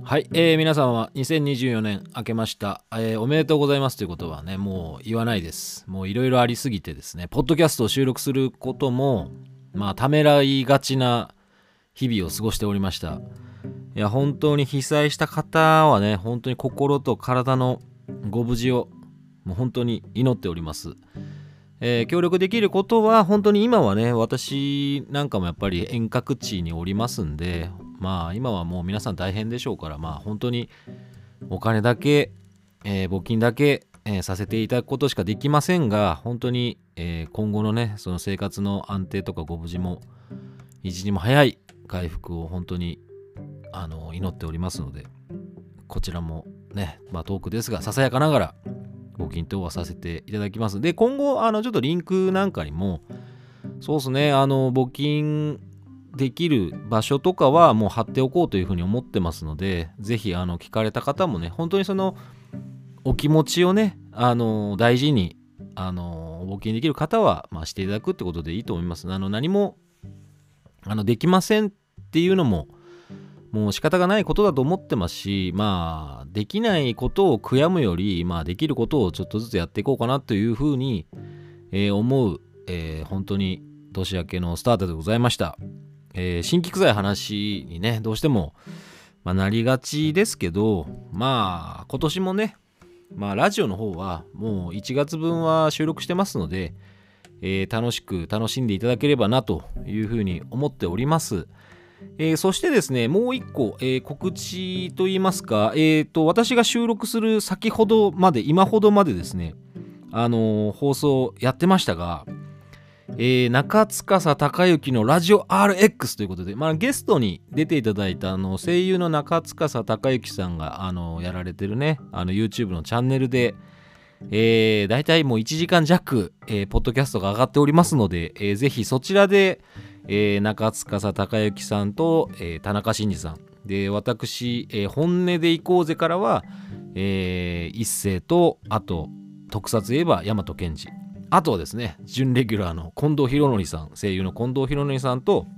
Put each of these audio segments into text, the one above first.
はい、皆様2024年明けました、おめでとうございますということはねもう言わないです。もういろいろありすぎてですね、ポッドキャストを収録することもためらいがちな日々を過ごしておりました。いや本当に被災した方はね、本当に心と体のご無事をもう本当に祈っております。協力できることは本当に今はね、私なんかもやっぱり遠隔地におりますんで、今はもう皆さん大変でしょうから、本当にお金だけ、募金だけ、させていただくことしかできませんが、本当に、今後のねその生活の安定とかご無事も一日も早い回復を本当に祈っておりますので、こちらもね遠くですがささやかながら募金等はさせていただきます。で今後ちょっとリンクなんかにもそうですね、募金できる場所とかはもう貼っておこうというふうに思ってますので、ぜひ聞かれた方もね、本当にそのお気持ちをね大事に募金できる方はしていただくってことでいいと思います。何もできませんっていうのももう仕方がないことだと思ってますし、できないことを悔やむよりできることをちょっとずつやっていこうかなというふうに、思う、本当に年明けのスタートでございました。新規臭い話にねどうしても、なりがちですけど、今年もねラジオの方はもう1月分は収録してますので、楽しんでいただければなというふうに思っております。そしてですね、もう一個、告知といいますか、私が収録する今ほどまでですね、放送やってましたが、中司孝之のラジオ RX ということで、ゲストに出ていただいた声優の中司孝之さんがやられてるねYouTube のチャンネルで、だいたいもう1時間弱、ポッドキャストが上がっておりますので、ぜひそちらで、中司孝之さんと、田中真二さんで、私、本音でいこうぜからは、一世と、あと特撮言えば大和健二、あとはですね準レギュラーの近藤博則さん、声優の近藤博則さんと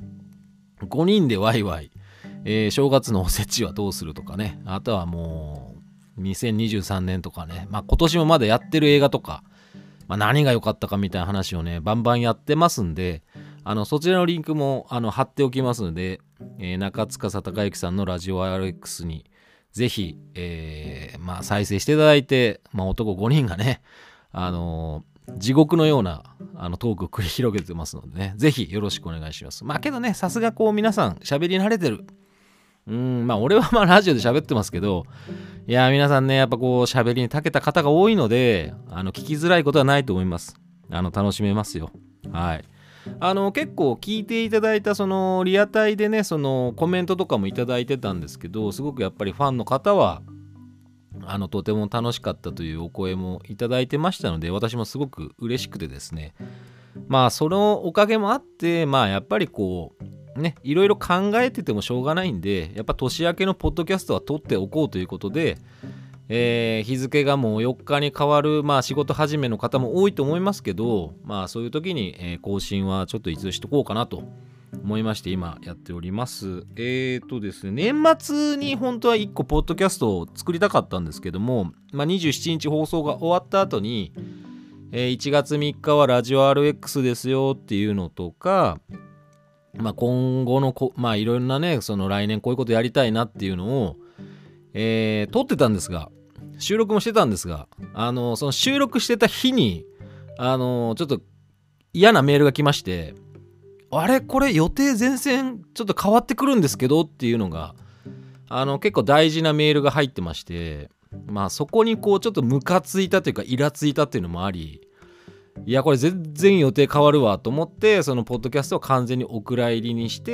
5人でワイワイ、正月のおせちはどうするとかね、あとはもう2023年とかね、今年もまだやってる映画とか、何が良かったかみたいな話をねバンバンやってますんで、そちらのリンクも貼っておきますので、中司孝之さんのラジオ RX にぜひ、再生していただいて、男5人がね地獄のようなトークを繰り広げてますのでね、ぜひよろしくお願いします。けどね、さすが皆さん喋り慣れてる。俺はラジオで喋ってますけど、いや皆さんねやっぱ喋りに長けた方が多いので聞きづらいことはないと思います。楽しめますよ。はい。結構聞いていただいたそのリアタイでねそのコメントとかもいただいてたんですけど、すごくやっぱりファンの方はとても楽しかったというお声もいただいてましたので、私もすごく嬉しくてですね、そのおかげもあってやっぱりいろいろ考えててもしょうがないんで、やっぱ年明けのポッドキャストは撮っておこうということで、日付がもう4日に変わる、仕事始めの方も多いと思いますけど、そういう時に、更新はちょっといつしとこうかなと思いまして今やっております。ですね、年末に本当は1個ポッドキャストを作りたかったんですけども、27日放送が終わった後に、1月3日はラジオ RX ですよっていうのとか、今後のいろんなねその来年こういうことやりたいなっていうのを、撮ってたんですが、収録もしてたんですが、その収録してた日にちょっと嫌なメールが来まして、あれこれ予定全然ちょっと変わってくるんですけどっていうのが結構大事なメールが入ってまして、そこにちょっとムカついたというかイラついたっていうのもあり、いやこれ全然予定変わるわと思って、そのポッドキャストを完全にお蔵入りにして、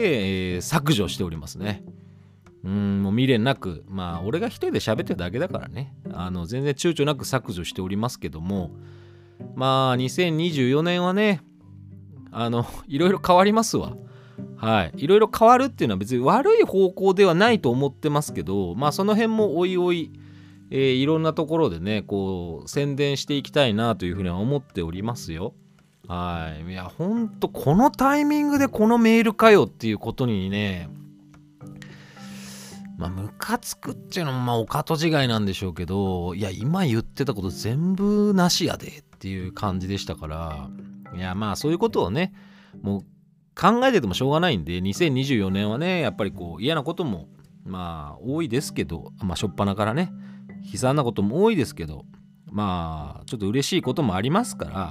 削除しておりますね。もう未練なく、俺が一人で喋ってるだけだからね、全然躊躇なく削除しておりますけども、2024年はねいろいろ変わりますわ。はい、いろいろ変わるっていうのは別に悪い方向ではないと思ってますけど、その辺もおいおい、いろんなところでね宣伝していきたいなというふうには思っておりますよ。はい。いやほんとこのタイミングでこのメールかよっていうことにねムカつくっていうのもお門違いなんでしょうけど、いや今言ってたこと全部なしやでっていう感じでしたから、いやそういうことをねもう考えててもしょうがないんで、2024年はねやっぱり嫌なことも多いですけど、しょっぱなからね悲惨なことも多いですけど、ちょっと嬉しいこともありますから、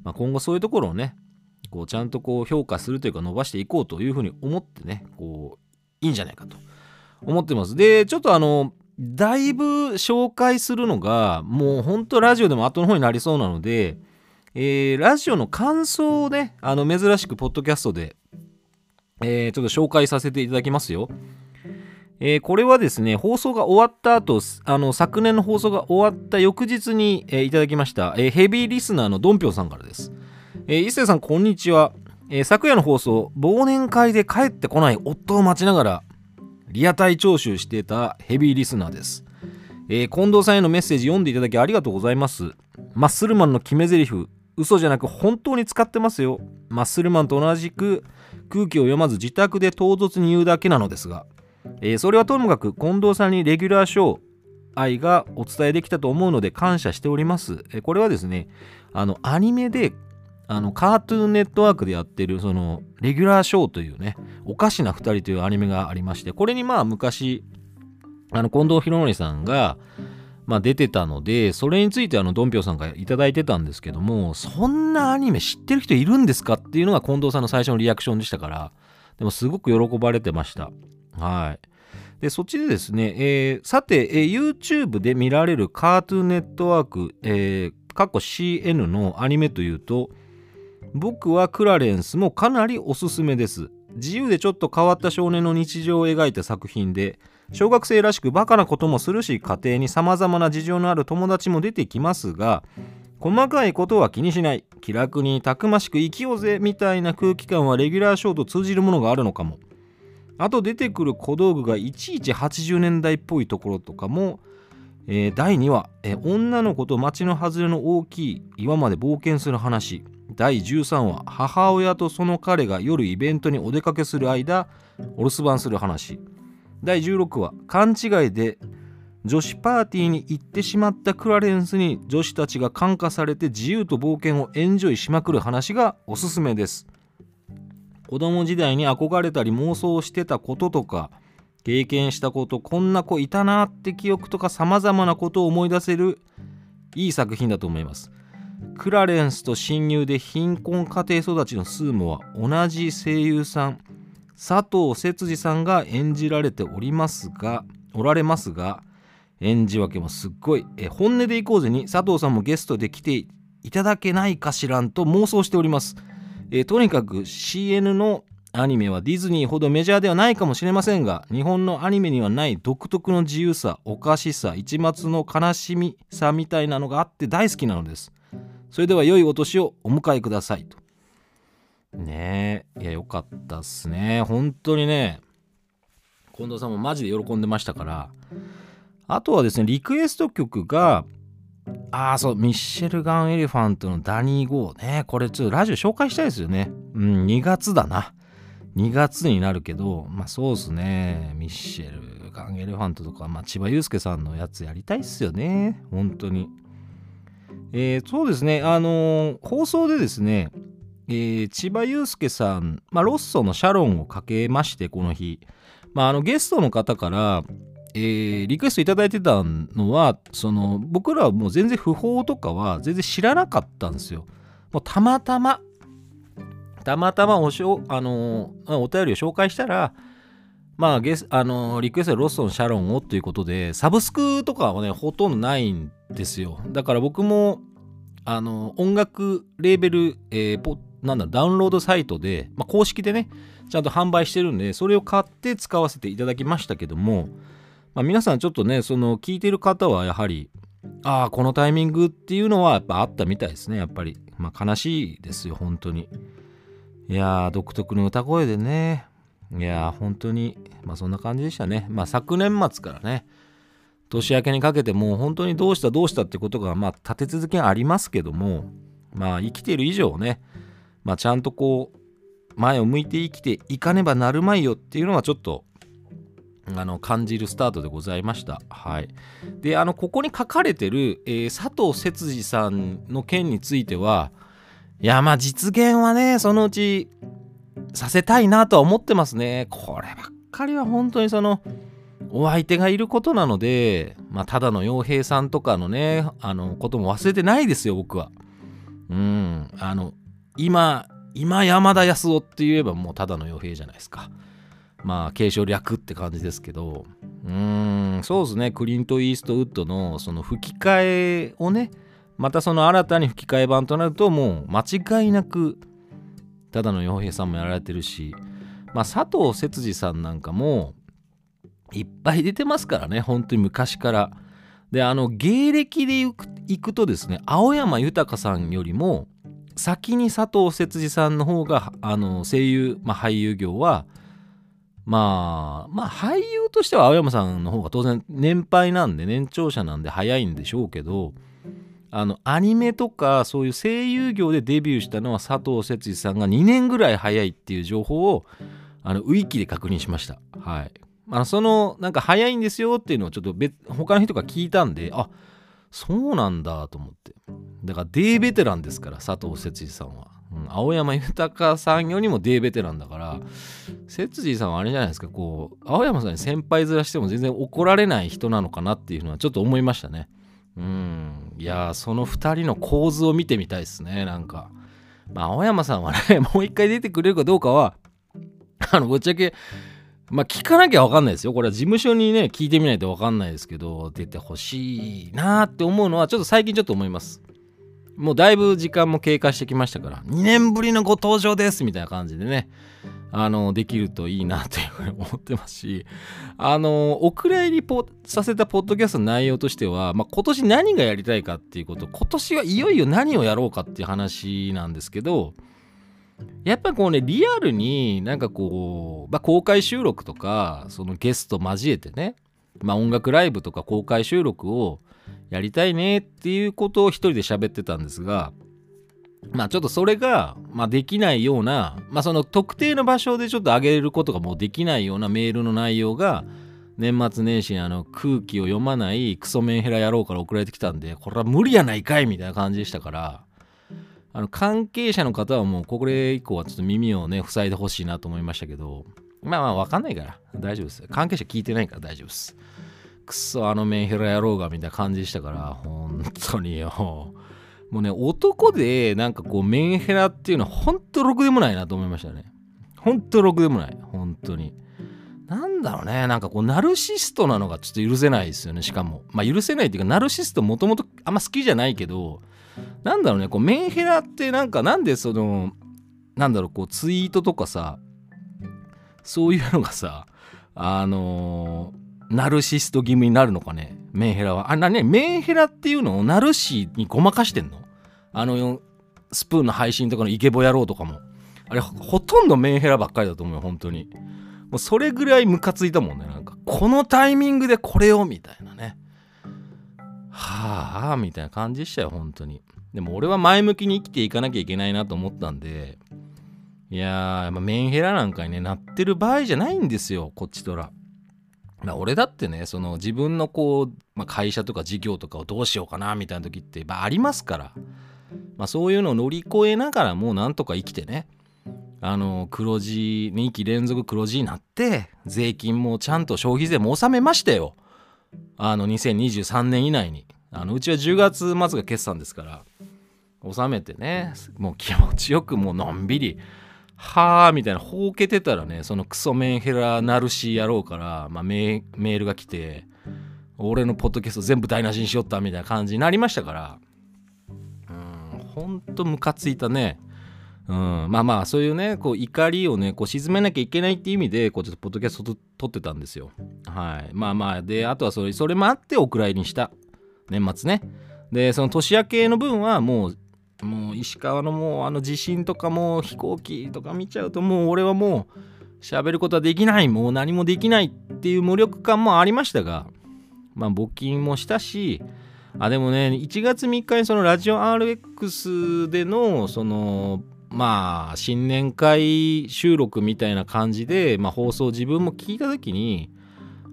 今後そういうところをねちゃんと評価するというか伸ばしていこうというふうに思ってねいいんじゃないかと思ってます。でちょっとだいぶ紹介するのがもうほんとラジオでも後の方になりそうなので、ラジオの感想をね珍しくポッドキャストで、ちょっと紹介させていただきますよ。これはですね放送が終わった後昨年の放送が終わった翌日に、いただきました、ヘビーリスナーのドンピョウさんからです。一星さんこんにちは。昨夜の放送忘年会で帰ってこない夫を待ちながらリアタイ聴取していたヘビーリスナーです。近藤さんへのメッセージ読んでいただきありがとうございます。マッスルマンの決め台詞嘘じゃなく本当に使ってますよ。マッスルマンと同じく空気を読まず自宅で唐突に言うだけなのですが、それはともかく近藤さんにレギュラーショー愛がお伝えできたと思うので感謝しております。これはですねアニメでカートゥーンネットワークでやってるそのレギュラーショーというねおかしな2人というアニメがありまして、これに昔近藤博則さんが出てたので、それについてドンピョウさんがいただいてたんですけども、そんなアニメ知ってる人いるんですかっていうのが近藤さんの最初のリアクションでしたから、でもすごく喜ばれてました。はい。でそっちでですね、さて、YouTube で見られるカートゥーンネットワーク、CN のアニメというと、僕はクラレンスもかなりおすすめです。自由でちょっと変わった少年の日常を描いた作品で、小学生らしくバカなこともするし、家庭に様々な事情のある友達も出てきますが、細かいことは気にしない、気楽にたくましく生きようぜみたいな空気感はレギュラーショーと通じるものがあるのかも。あと出てくる小道具がいちいち80年代っぽいところとかも、第2話、女の子と町の外れの大きい岩まで冒険する話。第13話、母親とその彼が夜イベントにお出かけする間お留守番する話。第16話、勘違いで女子パーティーに行ってしまったクラレンスに女子たちが感化されて自由と冒険をエンジョイしまくる話がおすすめです。子供時代に憧れたり妄想してたこととか経験したこと、こんな子いたなって記憶とか様々なことを思い出せるいい作品だと思います。クラレンスと親友で貧困家庭育ちのスーモは同じ声優さん佐藤節司さんが演じられておられますが、演じ分けもすっごい本音でいこうぜに佐藤さんもゲストで来ていただけないかしらんと妄想しております。とにかく CN のアニメはディズニーほどメジャーではないかもしれませんが、日本のアニメにはない独特の自由さ、おかしさ、一抹の悲しみさみたいなのがあって大好きなのです。それでは良いお年をお迎えくださいと。ねえ、いやよかったっすね。本当にね、近藤さんもマジで喜んでましたから。あとはですね、リクエスト曲がそうミッシェルガン・エレファントのダニー・ゴーね。これちょっとラジオ紹介したいですよね。2月だな。2月になるけど、そうですね。ミッシェルガン・エレファントとか、千葉雄介さんのやつやりたいっすよね。本当に。そうですね。放送でですね、千葉雄介さん、ロッソのシャロンをかけまして、この日。ゲストの方から、リクエストいただいてたのは僕らはもう全然訃報とかは全然知らなかったんですよ。もうたまたまお便りを紹介したらリクエストでロストのシャロンをということで、サブスクとかはねほとんどないんですよ。だから僕も音楽レーベル、ダウンロードサイトで、公式でねちゃんと販売してるんで、それを買って使わせていただきましたけども、皆さんちょっとね聞いてる方はやはりこのタイミングっていうのはやっぱあったみたいですね。やっぱり悲しいですよ本当に。いやー独特の歌声でね、いやー本当にそんな感じでしたね。昨年末からね年明けにかけてもう本当にどうしたってことが立て続けにありますけども、生きている以上ねちゃんと前を向いて生きていかねばなるまいよっていうのはちょっと感じるスタートでございました。はい。で、ここに書かれてる、佐藤節次さんの件については、いや、まあ実現はね、そのうちさせたいなとは思ってますね。こればっかりは本当にお相手がいることなので、まあ、ただの洋平さんとかのね、ことも忘れてないですよ、僕は。今山田康夫って言えばもうただの洋平じゃないですか。まあ継承略って感じですけど、そうですね。クリント・イーストウッドのその吹き替えをね、またその新たに吹き替え版となるともう間違いなくただの洋平さんもやられてるし、まあ佐藤節次さんなんかもいっぱい出てますからね、本当に昔から。で、芸歴でいくとですね、青山豊さんよりも先に佐藤節次さんの方が声優、俳優業はまあ俳優としては青山さんの方が当然年配なんで年長者なんで早いんでしょうけど、アニメとかそういう声優業でデビューしたのは佐藤節次さんが2年ぐらい早いっていう情報をウィキで確認しました。はい。なんか早いんですよっていうのをちょっと他の人が聞いたんで、あ、そうなんだと思って。だからデーベテランですから、佐藤節次さんは。青山豊さんよりもデーベテランだから、節次さんはあれじゃないですか、青山さんに先輩面しても全然怒られない人なのかなっていうのはちょっと思いましたね。いやー、その2人の構図を見てみたいですね、なんか。青山さんはね、もう一回出てくれるかどうかは、ぶっちゃけ、聞かなきゃ分かんないですよ。これは事務所にね、聞いてみないと分かんないですけど、出てほしいなーって思うのは、ちょっと最近ちょっと思います。もうだいぶ時間も経過してきましたから、2年ぶりのご登場ですみたいな感じでね、できるといいなというふうに思ってますし、お蔵入りさせたポッドキャストの内容としては、今年何がやりたいかっていうこと、今年はいよいよ何をやろうかっていう話なんですけど、やっぱりリアルになんか公開収録とかそのゲスト交えてね、音楽ライブとか公開収録をやりたいねっていうことを一人で喋ってたんですが、ちょっとそれができないような、その特定の場所でちょっと上げることがもうできないようなメールの内容が年末年始に空気を読まないクソメンヘラ野郎から送られてきたんで、これは無理やないかいみたいな感じでしたから、関係者の方はもうこれ以降はちょっと耳をね塞いでほしいなと思いましたけど、分かんないから大丈夫です。関係者聞いてないから大丈夫です。くそメンヘラ野郎がみたいな感じでしたから、本当によ、もうね、男でなんかメンヘラっていうのは本当ろくでもないなと思いましたね。本当ろくでもない、本当に。なんだろうね、なんかナルシストなのがちょっと許せないですよね。しかも許せないっていうか、ナルシストもともとあんま好きじゃないけど、なんだろうね、メンヘラってなんでなんでツイートとかさ、そういうのがさ、ナルシスト気味になるのかね、メンヘラは。メンヘラっていうのをナルシにごまかしてんの？スプーンの配信とかのイケボ野郎とかも。あれ、ほとんどメンヘラばっかりだと思うよ、本当に。もうそれぐらいムカついたもんね、なんか。このタイミングでこれをみたいなね。はあ、みたいな感じでしたよ、本当に。でも俺は前向きに生きていかなきゃいけないなと思ったんで、いやー、メンヘラなんかにね、なってる場合じゃないんですよ、こっちとら。俺だってね、その自分の会社とか事業とかをどうしようかなみたいな時ってありますから、そういうのを乗り越えながらもうなんとか生きてね、黒字、2期連続黒字になって、税金もちゃんと消費税も納めましたよ。2023年以内に。うちは10月末が決算ですから、納めてね、もう気持ちよくもうのんびり、はーみたいなほうけてたらね、そのクソメンヘラナルシー野郎から、メールが来て、俺のポッドキャスト全部台無しにしよったみたいな感じになりましたから、ほんとムカついたね。そういうね、怒りをね、鎮めなきゃいけないっていう意味で、ちょっとポッドキャスト撮ってたんですよ。はい。で、あとはそれもあってお蔵入りにした。年末ね。で、その年明けの分はもう石川のもう地震とかも飛行機とか見ちゃうと、もう俺はもう喋ることはできない、もう何もできないっていう無力感もありましたが、募金もしたし、でもね、1月3日にそのラジオ RX でのその新年会収録みたいな感じで、放送自分も聞いた時に、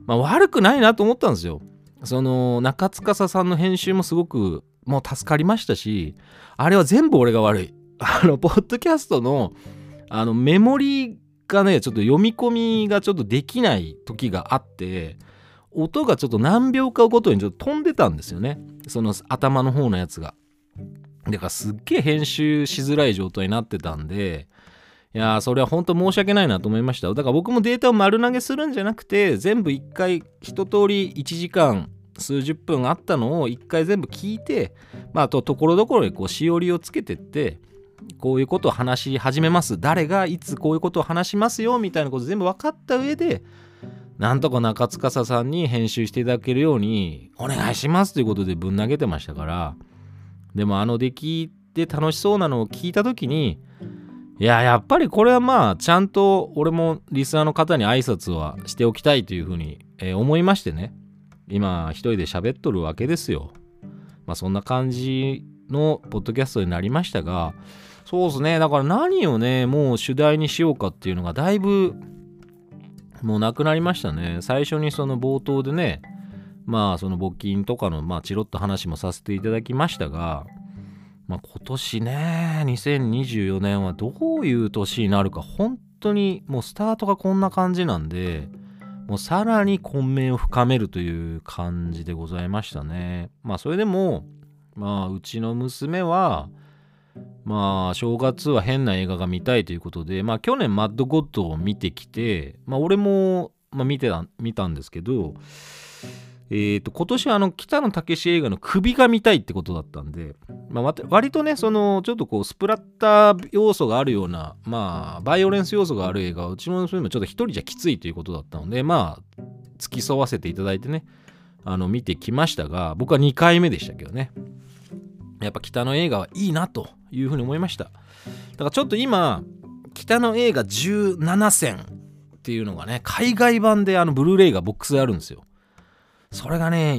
悪くないなと思ったんですよ。その中司さんの編集もすごくもう助かりましたし、あれは全部俺が悪い。ポッドキャストのメモリがねちょっと読み込みがちょっとできない時があって、音がちょっと何秒かごとにちょっと飛んでたんですよね、その頭の方のやつが。だからすっげえ編集しづらい状態になってたんで、いやーそれは本当申し訳ないなと思いました。だから僕もデータを丸投げするんじゃなくて、全部一回一通り1時間数十分あったのを一回全部聞いて、あとところどころにこうしおりをつけてって、こういうことを話し始めます、誰がいつこういうことを話しますよみたいなこと全部分かった上で、なんとか中司さんに編集していただけるようにお願いしますということでぶん投げてましたから。でも出来で楽しそうなのを聞いた時に、やっぱりこれはちゃんと俺もリスナーの方に挨拶はしておきたいというふうに、思いましてね、今一人で喋っとるわけですよ。そんな感じのポッドキャストになりましたが、そうですね、だから何をねもう主題にしようかっていうのがだいぶもうなくなりましたね。最初にその冒頭でね、その募金とかのチロッと話もさせていただきましたが、今年ね2024年はどういう年になるか、本当にもうスタートがこんな感じなんで、もうさらに混迷を深めるという感じでございましたね。それでもうちの娘は正月は変な映画が見たいということで、去年マッドゴッドを見てきて、俺も、見たんですけど、今年北野武映画の首が見たいってことだったんで、割とねそのちょっとこうスプラッター要素があるようなバイオレンス要素がある映画をうちの娘もちょっと一人じゃきついということだったので、付き添わせていただいてね見てきましたが、僕は2回目でしたけどね、やっぱ北野映画はいいなというふうに思いました。だからちょっと今北野映画17選っていうのがね海外版でブルーレイがボックスであるんですよ。それがね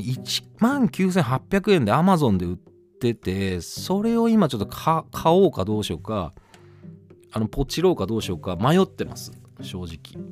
19,800 円で Amazon で売ってて、それを今ちょっと買おうかどうしようかポチろうかどうしようか迷ってます正直。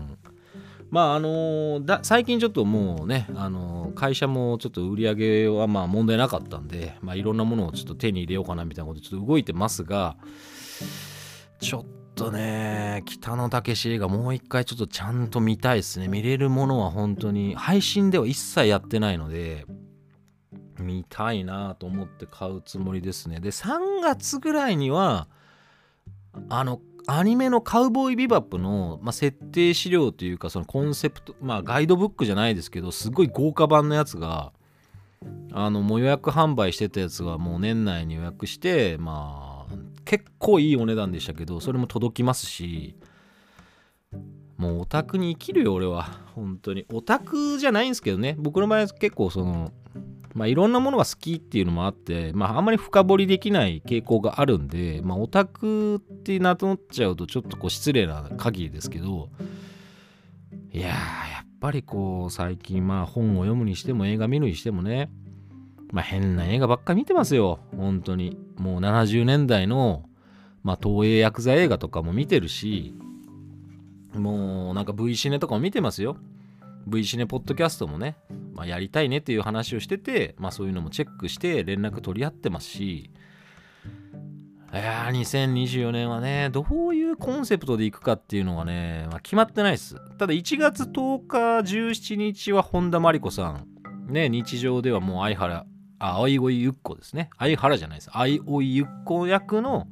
最近ちょっともうね会社もちょっと売り上げは問題なかったんで、いろんなものをちょっと手に入れようかなみたいなことでちょっと動いてますが、ちょっとね北野武映画もう一回ちょっとちゃんと見たいですね。見れるものは本当に配信では一切やってないので見たいなと思って買うつもりですね。で3月ぐらいにはアニメのカウボーイビバップの、設定資料というかそのコンセプトガイドブックじゃないですけどすごい豪華版のやつがもう予約販売してたやつがもう年内に予約して結構いいお値段でしたけど、それも届きますし、もうオタクに生きるよ俺は。本当にオタクじゃないんですけどね、僕の場合は結構そのいろんなものが好きっていうのもあって、あんまり深掘りできない傾向があるんで、オタクって名乗っちゃうとちょっとこう失礼な限りですけど、やっぱりこう最近本を読むにしても映画見るにしてもね、変な映画ばっか見てますよ本当に。もう70年代の東映ヤクザ映画とかも見てるし、もうなんか V シネとかも見てますよ。V シネポッドキャストもね、やりたいねっていう話をしてて、そういうのもチェックして連絡取り合ってますし、2024年はねどういうコンセプトでいくかっていうのがね、決まってないです。ただ1月10日17日は本田真理子さんね、日常ではもう相生ゆっこですね、相原じゃないです、相生ゆっこ役の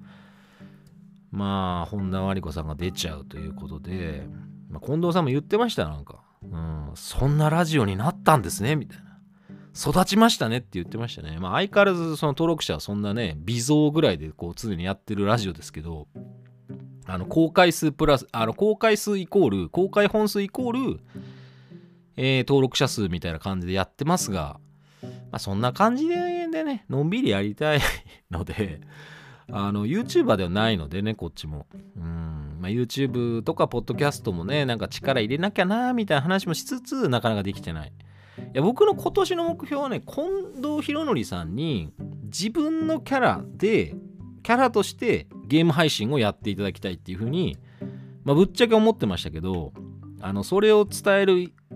本田真理子さんが出ちゃうということで、近藤さんも言ってました。なんか、そんなラジオになったんですねみたいな、育ちましたねって言ってましたね。相変わらずその登録者はそんなね微増ぐらいでこう常にやってるラジオですけど、公開数プラス公開数イコール公開本数イコール、登録者数みたいな感じでやってますが、そんな感じでねのんびりやりたいのでYouTuber ではないのでね、こっちもYouTube とかポッドキャストもねなんか力入れなきゃなみたいな話もしつつなかなかできてない。僕の今年の目標はね、近藤博則さんに自分のキャラとしてゲーム配信をやっていただきたいっていう風にぶっちゃけ思ってましたけど、それを伝える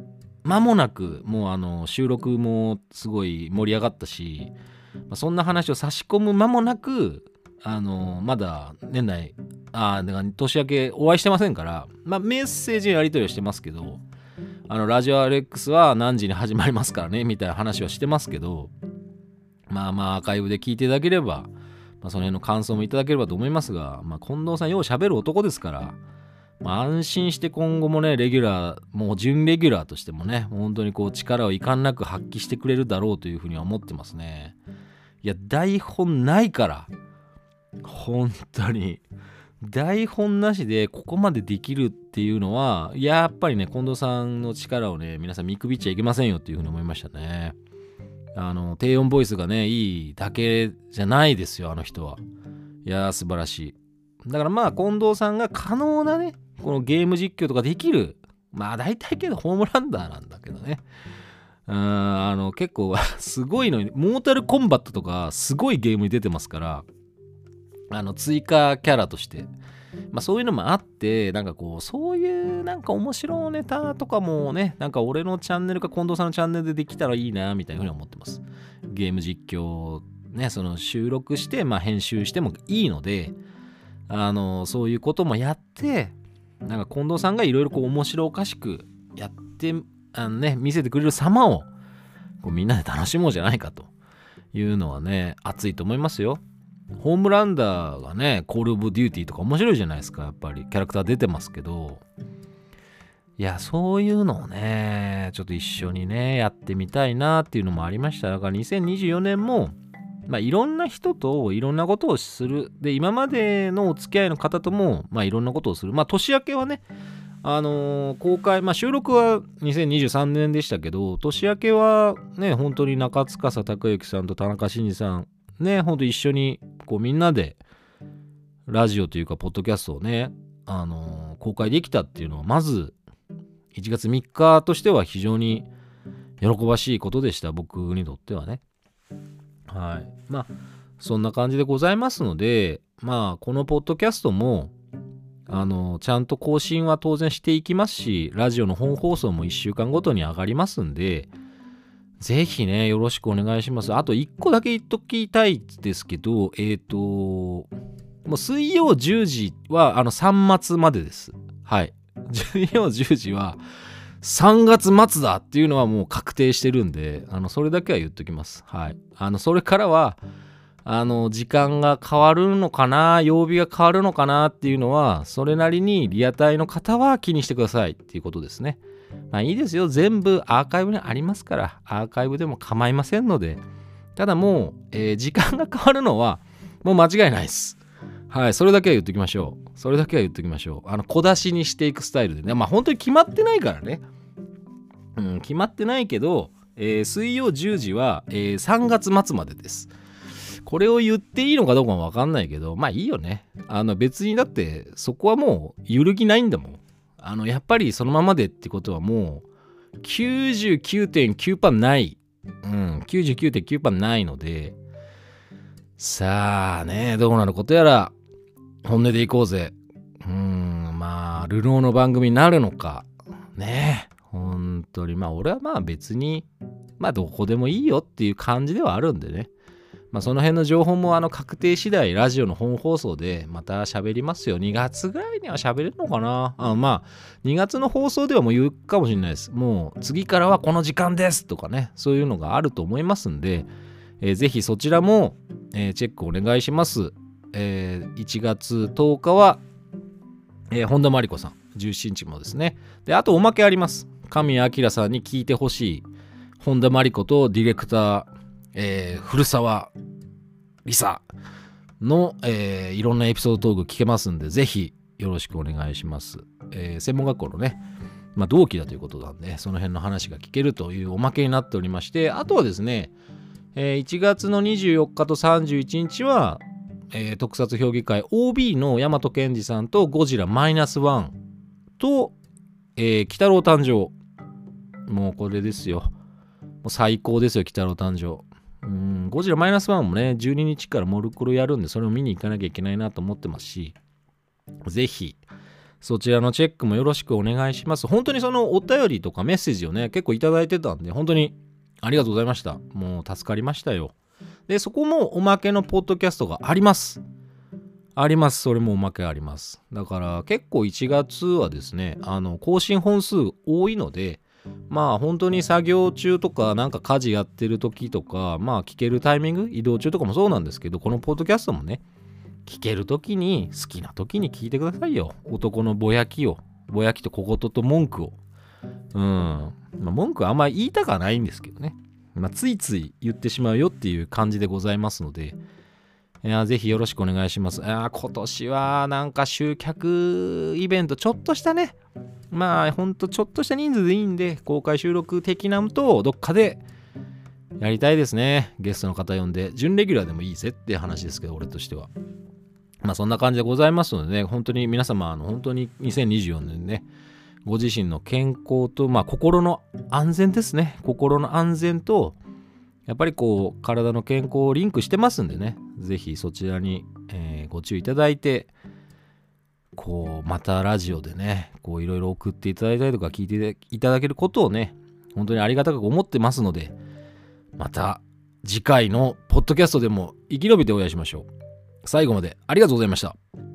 間もなくもう収録もすごい盛り上がったし、そんな話を差し込む間もなくまだ年内だから年明けお会いしてませんから、メッセージのやり取りをしてますけど、ラジオアレックスは何時に始まりますからねみたいな話はしてますけど、アーカイブで聞いていただければ、その辺の感想もいただければと思いますが、近藤さんよう喋る男ですから、安心して今後もねレギュラーもう準レギュラーとしてもね本当にこう力を遺憾なく発揮してくれるだろうというふうには思ってますね。いや台本ないから本当に台本なしでここまでできるっていうのはやっぱりね近藤さんの力をね皆さん見くびっちゃいけませんよっていうふうに思いましたね。低音ボイスがねいいだけじゃないですよあの人は。いやー素晴らしい。だから近藤さんが可能なねこのゲーム実況とかできる大体けどホームランダーなんだけどね結構すごいのにモータルコンバットとかすごいゲームに出てますから追加キャラとしてそういうのもあってなんかこうそういうなんか面白いネタとかもねなんか俺のチャンネルか近藤さんのチャンネルでできたらいいなみたいなふうに思ってます。ゲーム実況ねその収録して編集してもいいのでそういうこともやってなんか近藤さんがいろいろこう面白おかしくやって見せてくれる様をこうみんなで楽しもうじゃないかというのはね熱いと思いますよ。ホームランダーがねコールオブデューティーとか面白いじゃないですか。やっぱりキャラクター出てますけどいやそういうのをねちょっと一緒にねやってみたいなっていうのもありました。だから2024年もいろんな人といろんなことをする。で、今までのお付き合いの方とも、いろんなことをする。年明けはね、公開、収録は2023年でしたけど、年明けはね、本当に中司孝之さんと田中真二さん、ね、本当一緒に、こうみんなで、ラジオというか、ポッドキャストをね、公開できたっていうのは、まず、1月3日としては非常に喜ばしいことでした。僕にとってはね。はい。そんな感じでございますので、このポッドキャストも、ちゃんと更新は当然していきますし、ラジオの本放送も1週間ごとに上がりますんで、ぜひね、よろしくお願いします。あと1個だけ言っときたいですけど、もう水曜10時は、3月までです。はい。水曜10時は、3月末だっていうのはもう確定してるんで、それだけは言っときます。はい。それからは、時間が変わるのかな、曜日が変わるのかなっていうのは、それなりにリアタイの方は気にしてくださいっていうことですね。いいですよ。全部アーカイブにありますから、アーカイブでも構いませんので、ただもう、時間が変わるのは、もう間違いないです。はい、それだけは言っときましょう。それだけは言っときましょう。小出しにしていくスタイルでね。本当に決まってないからね。決まってないけど、水曜10時は、3月末までです。これを言っていいのかどうかもわかんないけど、いいよね。別にだってそこはもう揺るぎないんだもん。やっぱりそのままでってことはもう 99.9% ない。99.9% ないので、さあね、どうなることやら本音でいこうぜ。流浪の番組になるのか。ねえ、本当に俺は別にどこでもいいよっていう感じではあるんでね。その辺の情報も確定次第ラジオの本放送でまた喋りますよ。2月ぐらいには喋れるのかな。2月の放送ではもう言うかもしれないです。もう次からはこの時間ですとかね、そういうのがあると思いますんで、ぜひそちらも、チェックお願いします。1月10日は、本田真理子さん17日もですね。であとおまけあります。神谷明さんに聞いてほしい本田真理子とディレクター、古澤理沙の、いろんなエピソードトーク聞けますんで、ぜひよろしくお願いします。専門学校のね、同期だということなんで、その辺の話が聞けるというおまけになっておりまして、あとはですね、1月の24日と31日は、特撮評議会 OB の大和健二さんとゴジラマイナスワンと、鬼太郎誕生。もうこれですよ。もう最高ですよ、鬼太郎誕生。ゴジラマイナスワンもね、12日からモルクロやるんで、それを見に行かなきゃいけないなと思ってますし、ぜひ、 そちらのチェックもよろしくお願いします。本当にそのお便りとかメッセージをね、結構いただいてたんで、本当にありがとうございました。もう助かりましたよ。で、そこもおまけのポッドキャストがあります。あります。それもおまけあります。だから結構1月はですね、更新本数多いので、まあ本当に作業中とかなんか家事やってる時とか、まあ聞けるタイミング、移動中とかもそうなんですけど、このポッドキャストもね、聞ける時に好きな時に聞いてくださいよ。男のぼやきを。ぼやきと小言と文句を。まあ、文句はあんまり言いたくはないんですけどね。まあ、ついつい言ってしまうよっていう感じでございますので、ぜひよろしくお願いします。今年はなんか集客イベントちょっとしたね、まあほんとちょっとした人数でいいんで、公開収録的なのとどっかでやりたいですね。ゲストの方呼んで、準レギュラーでもいいぜって話ですけど、俺としては。まあそんな感じでございますのでね、本当に皆様、本当に2024年ね、ご自身の健康と、まあ心の安全ですね。心の安全と、やっぱりこう体の健康をリンクしてますんでね、ぜひそちらに、ご注意いただいて、こうまたラジオでね、こういろいろ送っていただいたりとか聞いていただけることをね、本当にありがたく思ってますので、また次回のポッドキャストでも生き延びてお会いしましょう。最後までありがとうございました。